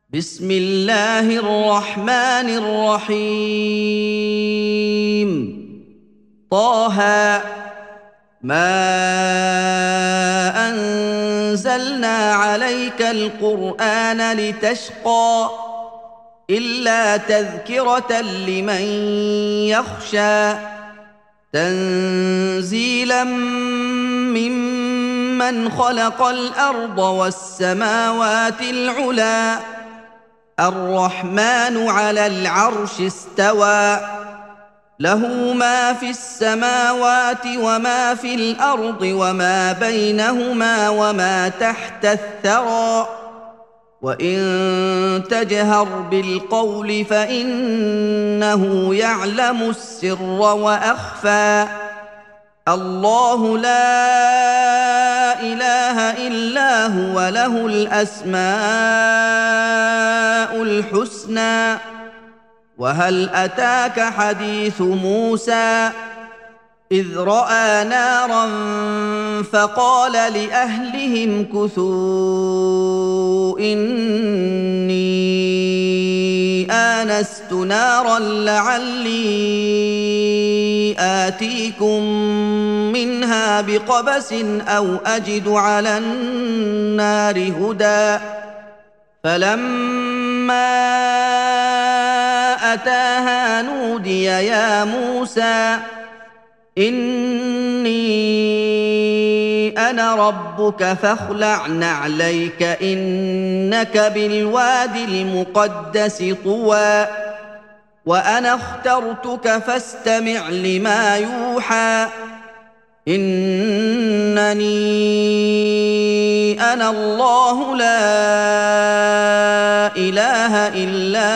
بسم الله الرحمن الرحيم. طه ما أنزلنا عليك القرآن لتشقى إلا تذكرة لمن يخشى تنزيلا ممن خلق الأرض والسماوات العلى الرحمن على العرش استوى له ما في السماوات وما في الأرض وما بينهما وما تحت الثرى وإن تجهر بالقول فإنه يعلم السر وأخفى الله لا إله إلا هو له الأسماء الحسنى وهل أتاك حديث موسى إذ رأى نارا فقال لأهلهم كثوا إني آنست نارا لعلي آتيكم منها بقبس أو أجد على النار هدى فلما أتاها نودي يا موسى إني أنا ربك فاخلع نعليك إنك بالواد المقدس طوى وأنا اخترتك فاستمع لما يوحى إنني أنا الله لا إله إلا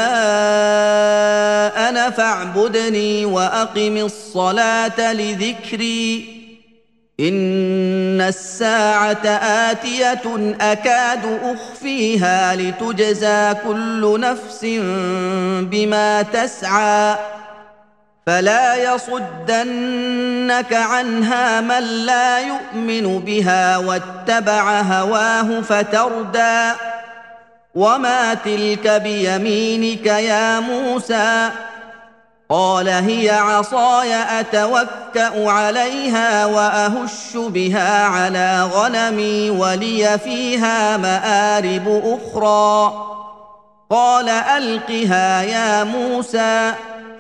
أنا فاعبدني وأقم الصلاة لذكري إن الساعة آتية أكاد أخفيها لتجزى كل نفس بما تسعى فلا يصدنك عنها من لا يؤمن بها واتبع هواه فتردى وما تلك بيمينك يا موسى قال هي عصاي أتوكأ عليها وأهش بها على غنمي ولي فيها مآرب أخرى قال ألقها يا موسى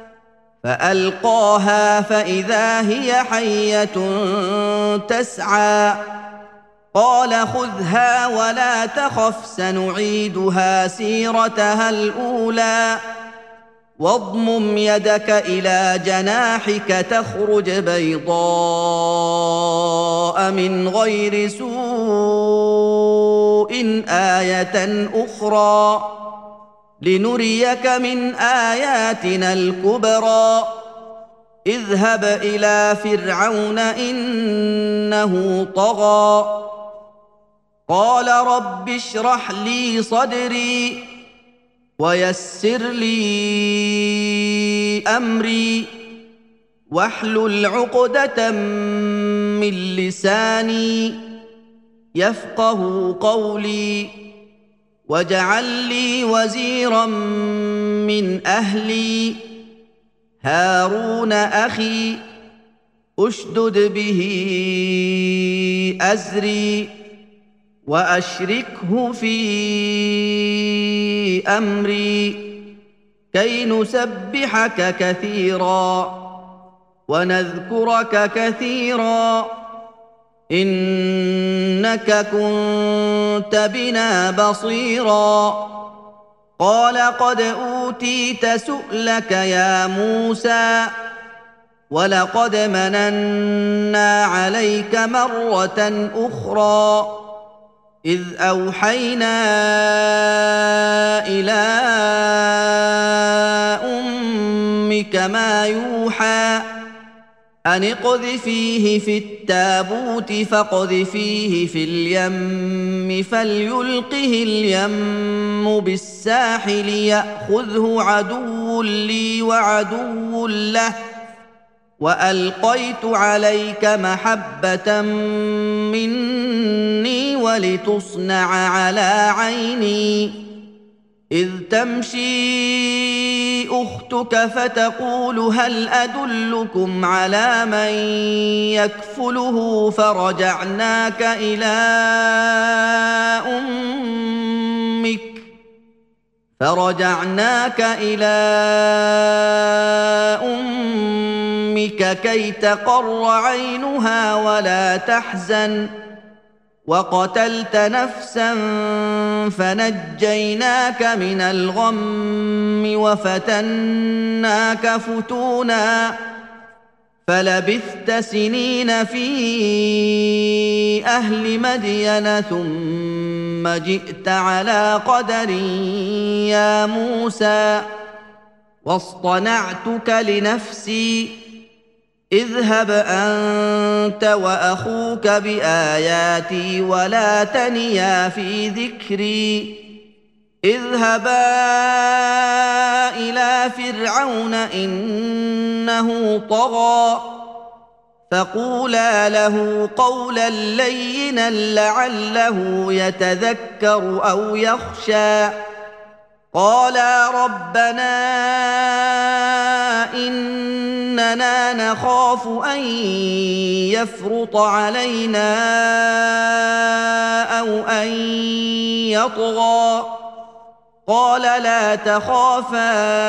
فألقاها فإذا هي حية تسعى قال خذها ولا تخف سنعيدها سيرتها الأولى واضمم يدك إلى جناحك تخرج بيضاء من غير سوء آية أخرى لنريك من آياتنا الكبرى اذهب إلى فرعون إنه طغى قال رب اشرح لي صدري ويسر لي أمري واحلل عقدة من لساني يفقه قولي واجعل لي وزيرا من أهلي هارون أخي أشدد به أزري وأشركه في أمري كي نسبحك كثيرا ونذكرك كثيرا إنك كنت بنا بصيرا قال قد أوتيت سؤلك يا موسى ولقد مننا عليك مرة أخرى إذ أوحينا إلى أمك ما يوحى أن اقذفيه في التابوت فاقذفيه في اليم فليلقه اليم بالساحل يأخذه عدو لي وعدو له وألقيت عليك محبة مني ولتصنع على عيني إذ تمشي أختك فتقول هل أدلكم على من يكفله فرجعناك إلى أمك كي تقر عينها ولا تحزن وقتلت نفسا فنجيناك من الغم وفتناك فتونا فلبثت سنين في أهل مدين ثم جئت على قدر يا موسى واصطنعتك لنفسي اذهب أنت وأخوك بآياتي ولا تنيا في ذكري اذهبا إلى فرعون إنه طغى فقولا له قولا لينا لعله يتذكر أو يخشى قالا ربنا إننا نخاف أن يفرط علينا أو أن يطغى قال لا تخافا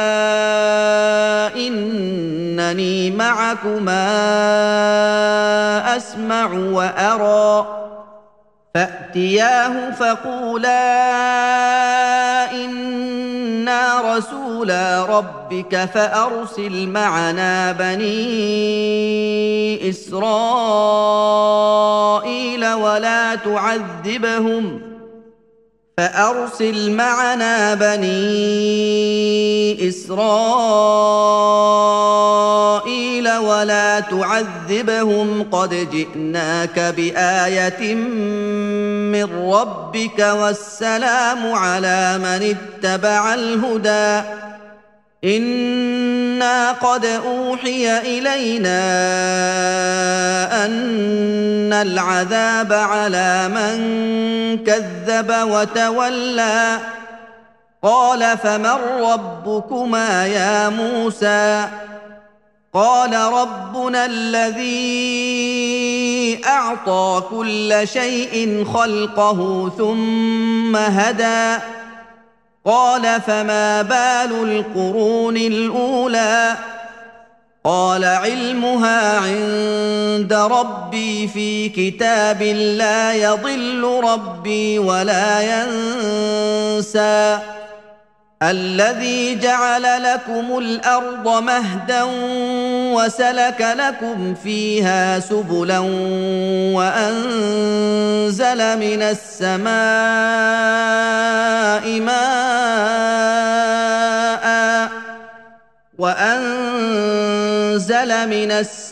إنني معكما أسمع وأرى فأتياه فقولا إنا رسولا ربك فأرسل معنا بني إسرائيل ولا تعذبهم قد جئناك بآية من ربك والسلام على من اتبع الهدى إنا قد أوحي إلينا أن العذاب على من كذب وتولى قال فمن ربكما يا موسى قال ربنا الذي أعطى كل شيء خلقه ثم هدى قال فما بال القرون الأولى قال علمها عند ربي في كتاب لا يضل ربي ولا ينسى الذي جعل لكم الأرض مهدا وسلك لكم فيها سبلا وأنزل من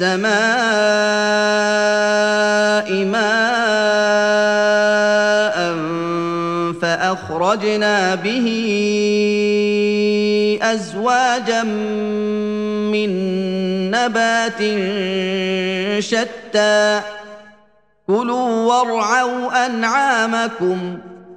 السماء ماء فأخرجنا به أزواجا من نبات شتى كلوا وارعوا أنعامكم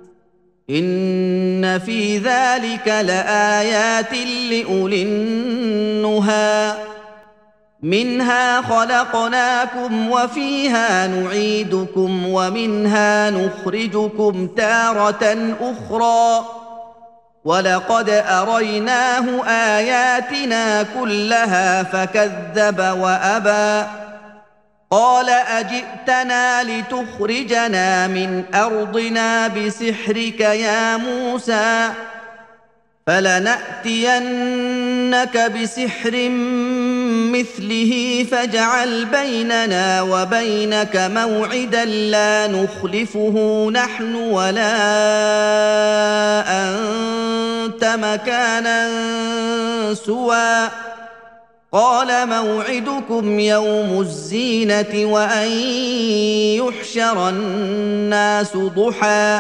إن في ذلك لآيات لأولي النهى منها خلقناكم وفيها نعيدكم ومنها نخرجكم تارة أخرى ولقد أريناه آياتنا كلها فكذب وأبى قال أجئتنا لتخرجنا من أرضنا بسحرك يا موسى فلنأتينك بسحر مثله فاجعل بيننا وبينك موعدا لا نخلفه نحن ولا أنت مكانا سوى قال موعدكم يوم الزينة وأن يحشر الناس ضحى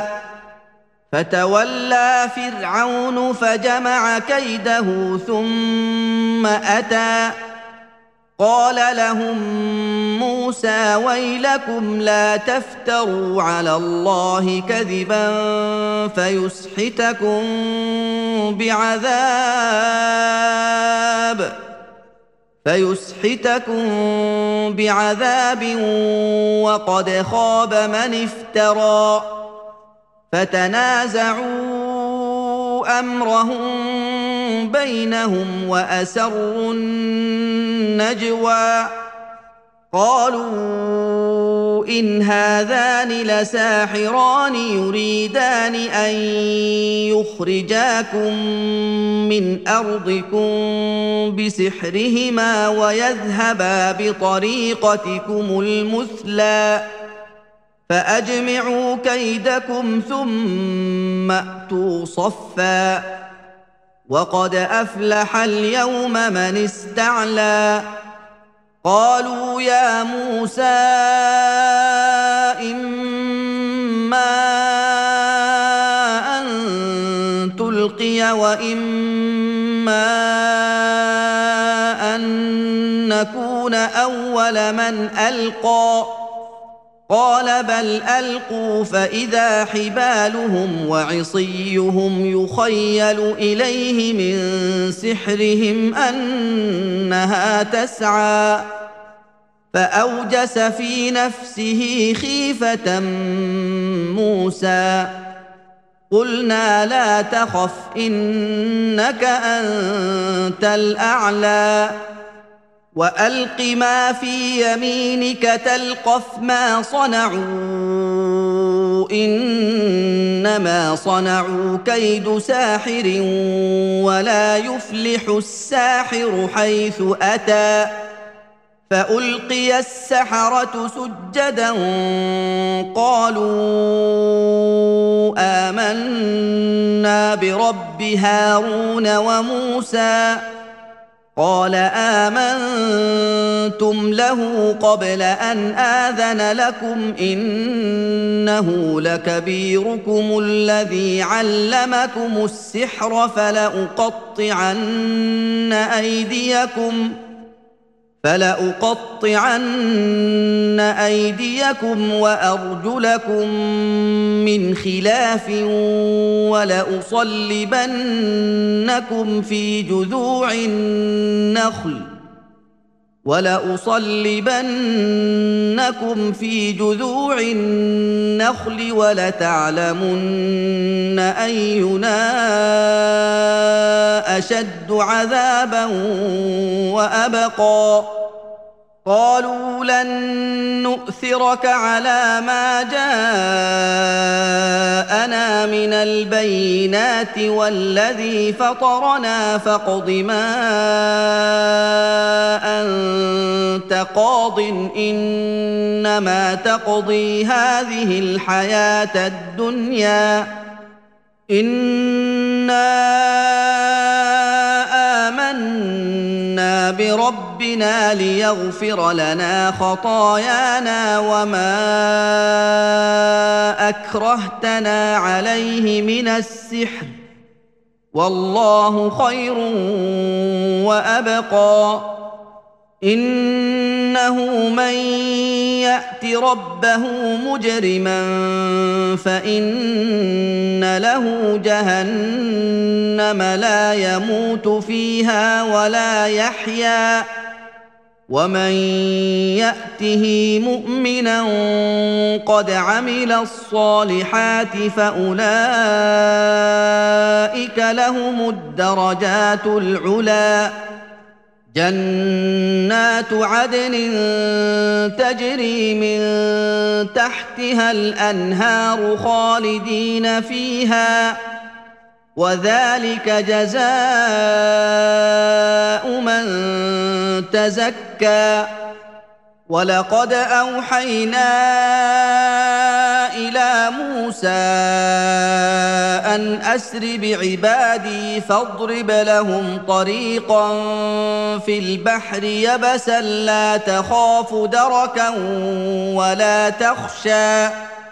فتولى فرعون فجمع كيده ثم أتى قال لهم موسى ويلكم لا تفتروا على الله كذبا فيسحتكم بعذاب وقد خاب من افترى. فتنازعوا أمرهم بينهم وأسروا النجوى قالوا إن هذان لساحران يريدان أن يخرجاكم من أرضكم بسحرهما ويذهبا بطريقتكم المثلى فأجمعوا كيدكم ثم أتوا صفا وقد أفلح اليوم من استعلى. قالوا يا موسى إما أن تلقي وإما أن نكون أول من ألقى قال بل ألقوا فإذا حبالهم وعصيهم يخيل إليه من سحرهم أنها تسعى فأوجس في نفسه خيفة موسى قلنا لا تخف إنك أنت الأعلى وألق ما في يمينك تلقف ما صنعوا إنما صنعوا كيد ساحر ولا يفلح الساحر حيث أتى. فألقي السحرة سجدا قالوا آمنا برب هارون وموسى قال آمنتم له قبل أن آذن لكم إنه لكبيركم الذي علمكم السحر فلأقطعن أيديكم وأرجلكم من خلاف ولأصلبنكم في جذوع النخل ولتعلمن أينا أشد عذابا وأبقى. قالوا لن نؤثرك على ما جاءنا من البينات والذي فطرنا فاقض ما أنت قاض إنما تقضي هذه الحياة الدنيا إنا آمنا بربنا ليغفر لنا خطايانا وما أكرهتنا عليه من السحر والله خير وأبقى. إنه من يأت ربه مجرما فإن له جهنم لا يموت فيها ولا يحيا ومن يأته مؤمنا قد عمل الصالحات فأولئك لهم الدرجات العلى جنات عدن تجري من تحتها الأنهار خالدين فيها وذلك جزاء من تزكى. ولقد أوحينا إلى موسى أن أسر بعبادي فاضرب لهم طريقا في البحر يبسا لا تخاف دركا ولا تخشى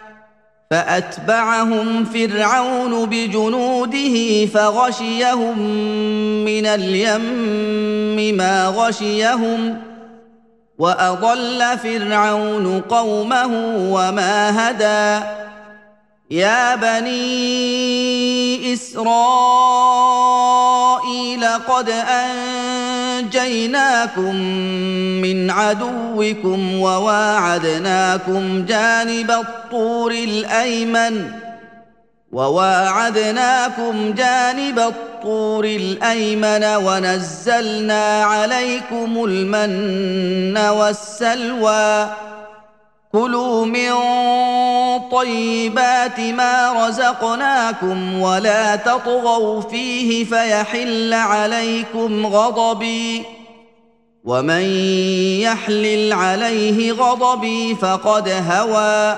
فأتبعهم فرعون بجنوده فغشيهم من اليم ما غشيهم واضل فرعون قومه وما هدى يا بني اسرائيل قد انجيناكم من عدوكم وواعدناكم جانب الطور الأيمن ونزلنا عليكم المن والسلوى كلوا من طيبات ما رزقناكم ولا تطغوا فيه فيحل عليكم غضبي ومن يحلل عليه غضبي فقد هوى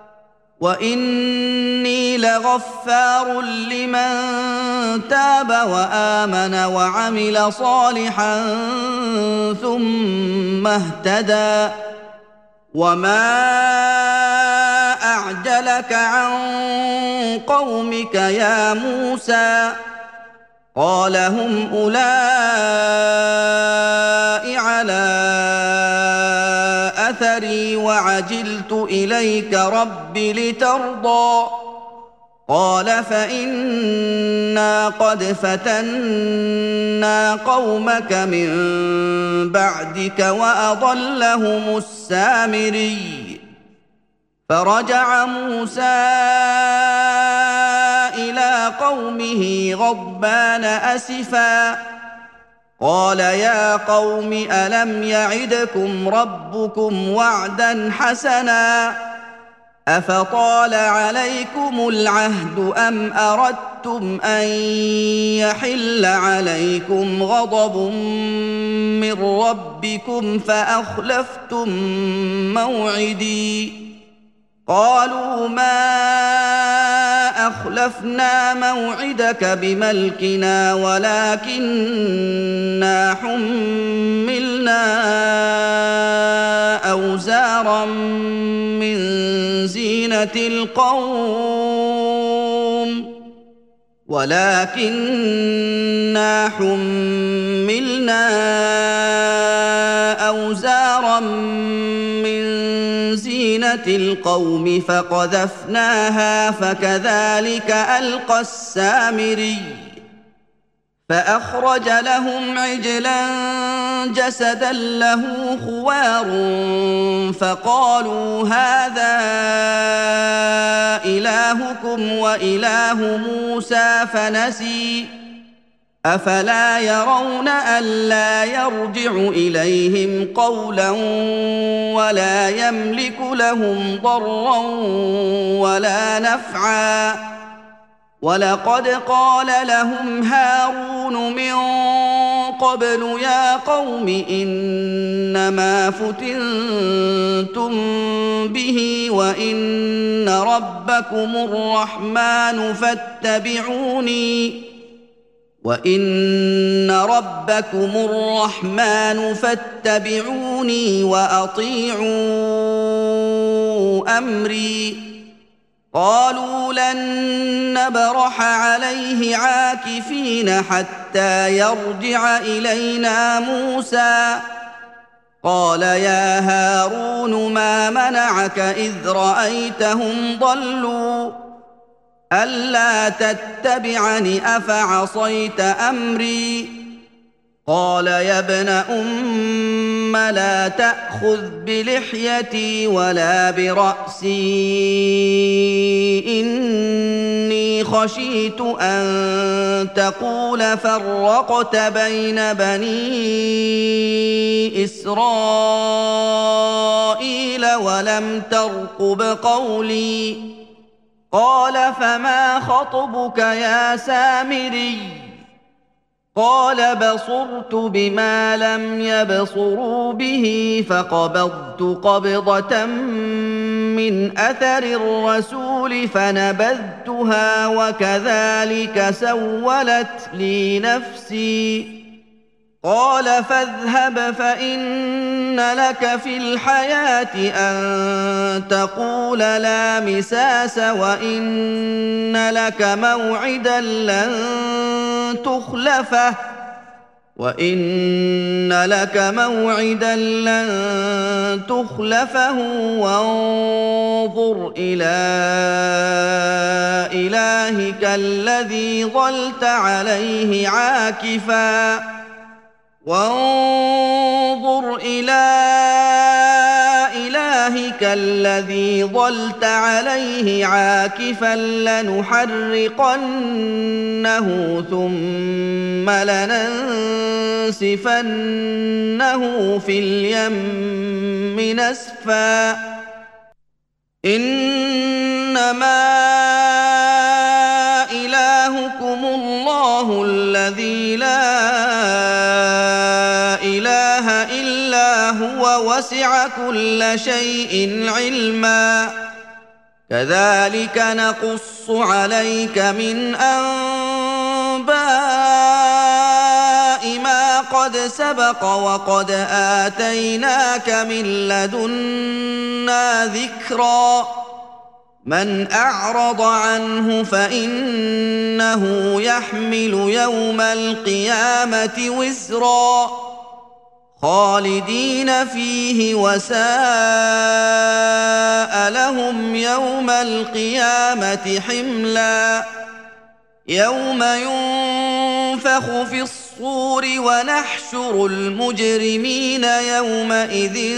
واني لغفار لمن تاب وامن وعمل صالحا ثم اهتدى وما اعجلك عن قومك يا موسى قال هم اولئك على اثري وعجلت اليك رب لترضى قال فانا قد فتنا قومك من بعدك واضلهم السامري فرجع موسى الى قومه غضبان اسفا قال يا قوم الم يعدكم ربكم وعدا حسنا افطال عليكم العهد ام اردتم ان يحل عليكم غضب من ربكم فاخلفتم موعدي قالوا ما اخلفنا موعدك بملكنا ولكننا حملنا اوزارا من زينة القوم فقذفناها فكذلك القى السامري فاخرج لهم عجلا جسدا له خوار فقالوا هذا الهكم واله موسى فنسي افلا يرون الا يرجع اليهم قولا ولا يملك لهم ضرا ولا نفعا ولقد قال لهم هارون من قبل يا قوم انما فتنتم به وان ربكم الرحمن فاتبعوني واطيعوا امري قالوا لن نبرح عليه عاكفين حتى يرجع الينا موسى قال يا هارون ما منعك اذ رايتهم ضلوا الا تتبعني افعصيت امري قال يا ابن ام لا تاخذ بلحيتي ولا براسي اني خشيت ان تقول فرقت بين بني اسرائيل ولم ترقب قولي قال فما خطبك يا سامري قال بصرت بما لم يبصروا به فقبضت قبضة من أثر الرسول فنبذتها وكذلك سولت لي نفسي قال فاذهب فإن لك في الحياة أن تقول لا مساس وإن لك موعدا لن تخلفه وان لك موعدا لن تخلفه وانظر الى الهك الذي ظلت عليه عاكفا لنحرقنه ثم لننسفنه في اليم نسفا إنما إلهكم الله الذي لا إله إلا هو وسع كل شيء علما كذلك نقص عليك من أنباء ما قد سبق وقد آتيناك من لدنا ذكرا من أعرض عنه فإنه يحمل يوم القيامة وزرا خالدين فيه وساء لهم يوم القيامة حملا يوم ينفخ في الصور ونحشر المجرمين يومئذ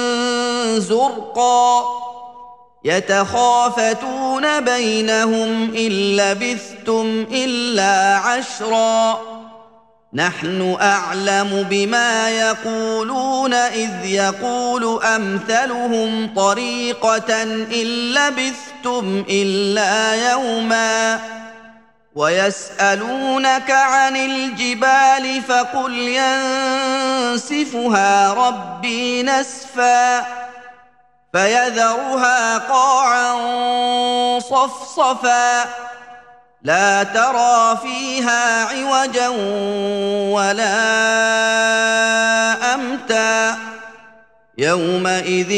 زرقا يتخافتون بينهم إن لبثتم إلا عشرا نحن أعلم بما يقولون إذ يقول أمثلهم طريقة إن لبثتم إلا يوما ويسألونك عن الجبال فقل ينسفها ربي نسفا فيذرها قاعا صفصفا لا ترى فيها عوجا ولا أمتا يومئذ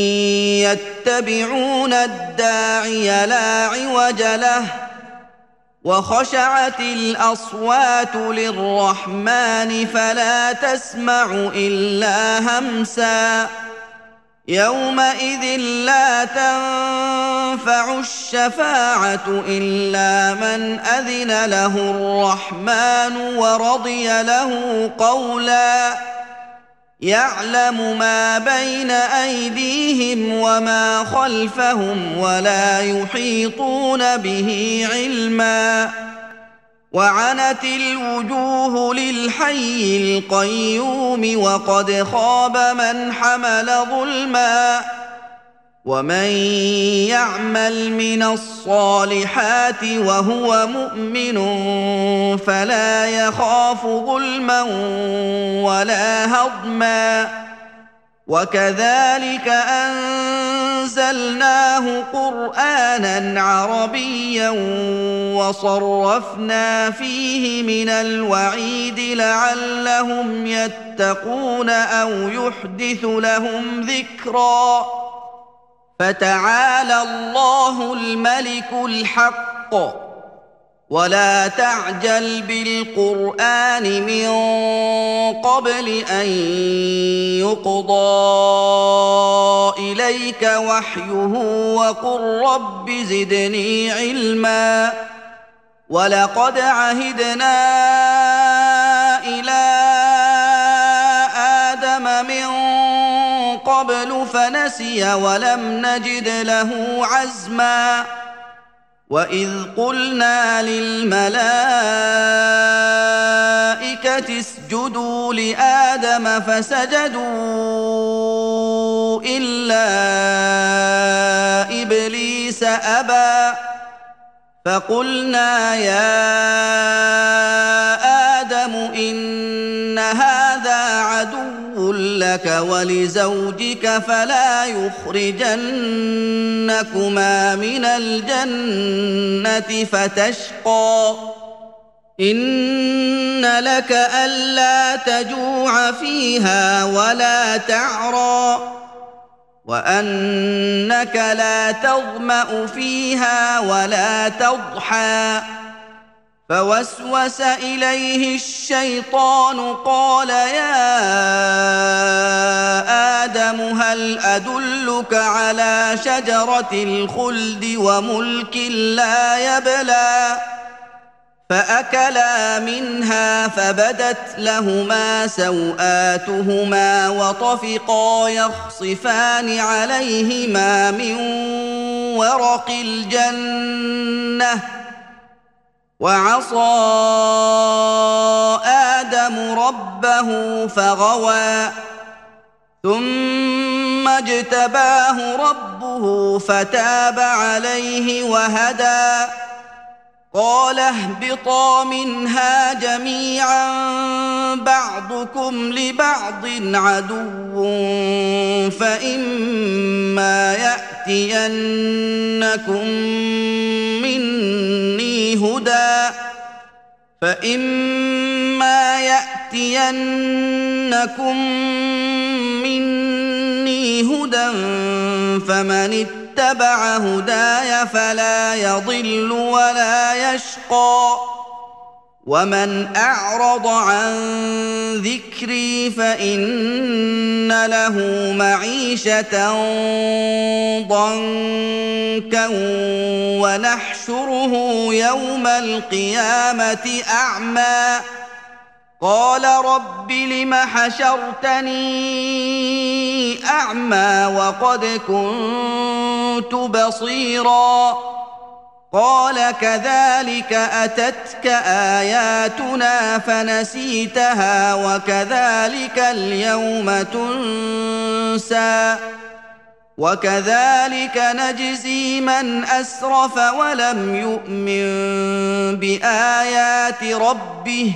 يتبعون الداعي لا عوج له وخشعت الأصوات للرحمن فلا تسمع إلا همسا يومئذ لا تنفع الشفاعة إلا من أذن له الرحمن ورضي له قولا يعلم ما بين أيديهم وما خلفهم ولا يحيطون به علما وعنت الوجوه للحي القيوم وقد خاب من حمل ظلما ومن يعمل من الصالحات وهو مؤمن فلا يخاف ظلما ولا هضما وكذلك أنزلناه قرآنا عربيا وصرفنا فيه من الوعيد لعلهم يتقون أو يحدث لهم ذكرا فتعالى الله الملك الحق ولا تعجل بالقرآن من قبل أن يقضى إليك وحيه وقل رب زدني علما ولقد عهدنا إلى آدم من قبل فنسي ولم نجد له عزما وإذ قلنا للملائكة اسجدوا لآدم فسجدوا إلا إبليس أبى فقلنا يا آدم إن هذا عدو لك ولزوجك فلا يخرجنكما من الجنة فتشقى إن لك ألا تجوع فيها ولا تعرى وأنك لا تظمأ فيها ولا تضحى فوسوس إليه الشيطان قال يا آدم هل أدلك على شجرة الخلد وملك لا يبلى فأكلا منها فبدت لهما سوآتهما وطفقا يخصفان عليهما من ورق الجنة وعصى آدم ربه فغوى ثم اجتباه ربه فتاب عليه وهدى قال اهبطا منها جميعا بعضكم لبعض عدو فإما يأتينكم مني هدى فمن اتبع هداي فلا يضل ولا يشقى ومن أعرض عن ذكري فإن له معيشة ضنكا ونحشره يوم القيامة أعمى قال رب لم حشرتني أعمى وقد كنت بصيرا قال كذلك أتتك آياتنا فنسيتها وكذلك اليوم تنسى وكذلك نجزي من أسرف ولم يؤمن بآيات ربه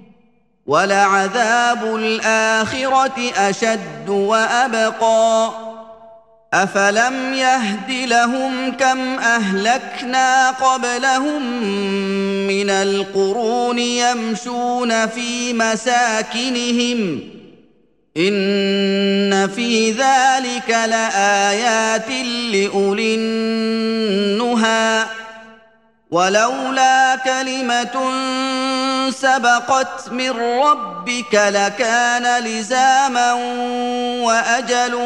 ولعذاب الآخرة أشد وأبقى أفلم يهد لهم كم أهلكنا قبلهم من القرون يمشون في مساكنهم إن في ذلك لآيات لأولي النهى ولولا كلمة سبقت من ربك لكان لزاما وأجل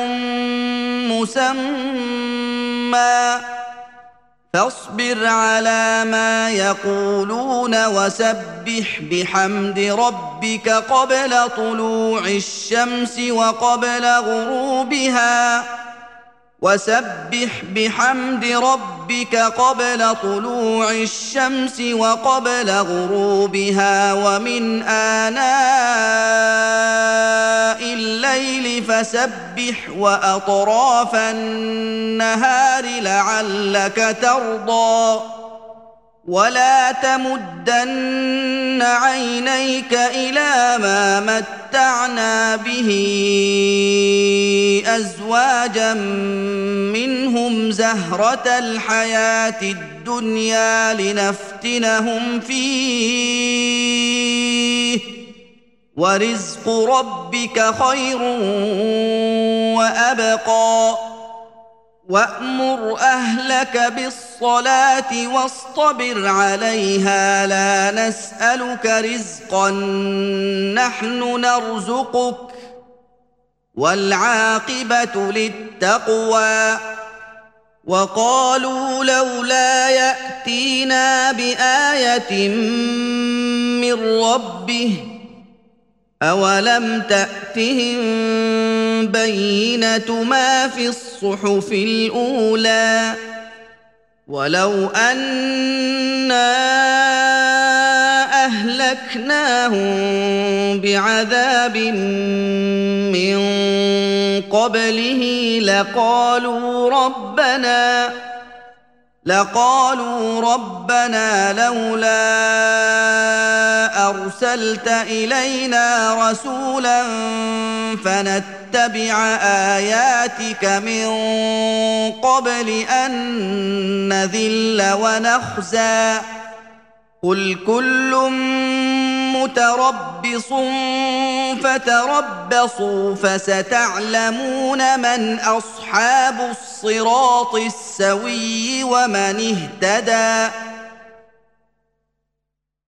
مسمى فاصبر على ما يقولون وسبح بحمد ربك قبل طلوع الشمس وقبل غروبها وسبح بحمد ربك قبل طلوع الشمس وقبل غروبها ومن آناء الليل فسبح وأطراف النهار لعلك ترضى ولا تمدن عينيك إلى ما متعنا به أزواجا منهم زهرة الحياة الدنيا لنفتنهم فيه ورزق ربك خير وأبقى وأمر أهلك بالصلاة واصطبر عليها لا نسألك رزقا نحن نرزقك والعاقبة للتقوى وقالوا لولا يأتينا بآية من ربه أولم تأتهم بينة ما في الصحف الأولى ولو أنا أهلكناهم بعذاب من قبله لقالوا ربنا لولا أرسلت إلينا رسولا فنتبع آياتك من قبل أن نذل ونخزى قل كل متربص فتربصوا فستعلمون من أصحاب الصراط السوي ومن اهتدى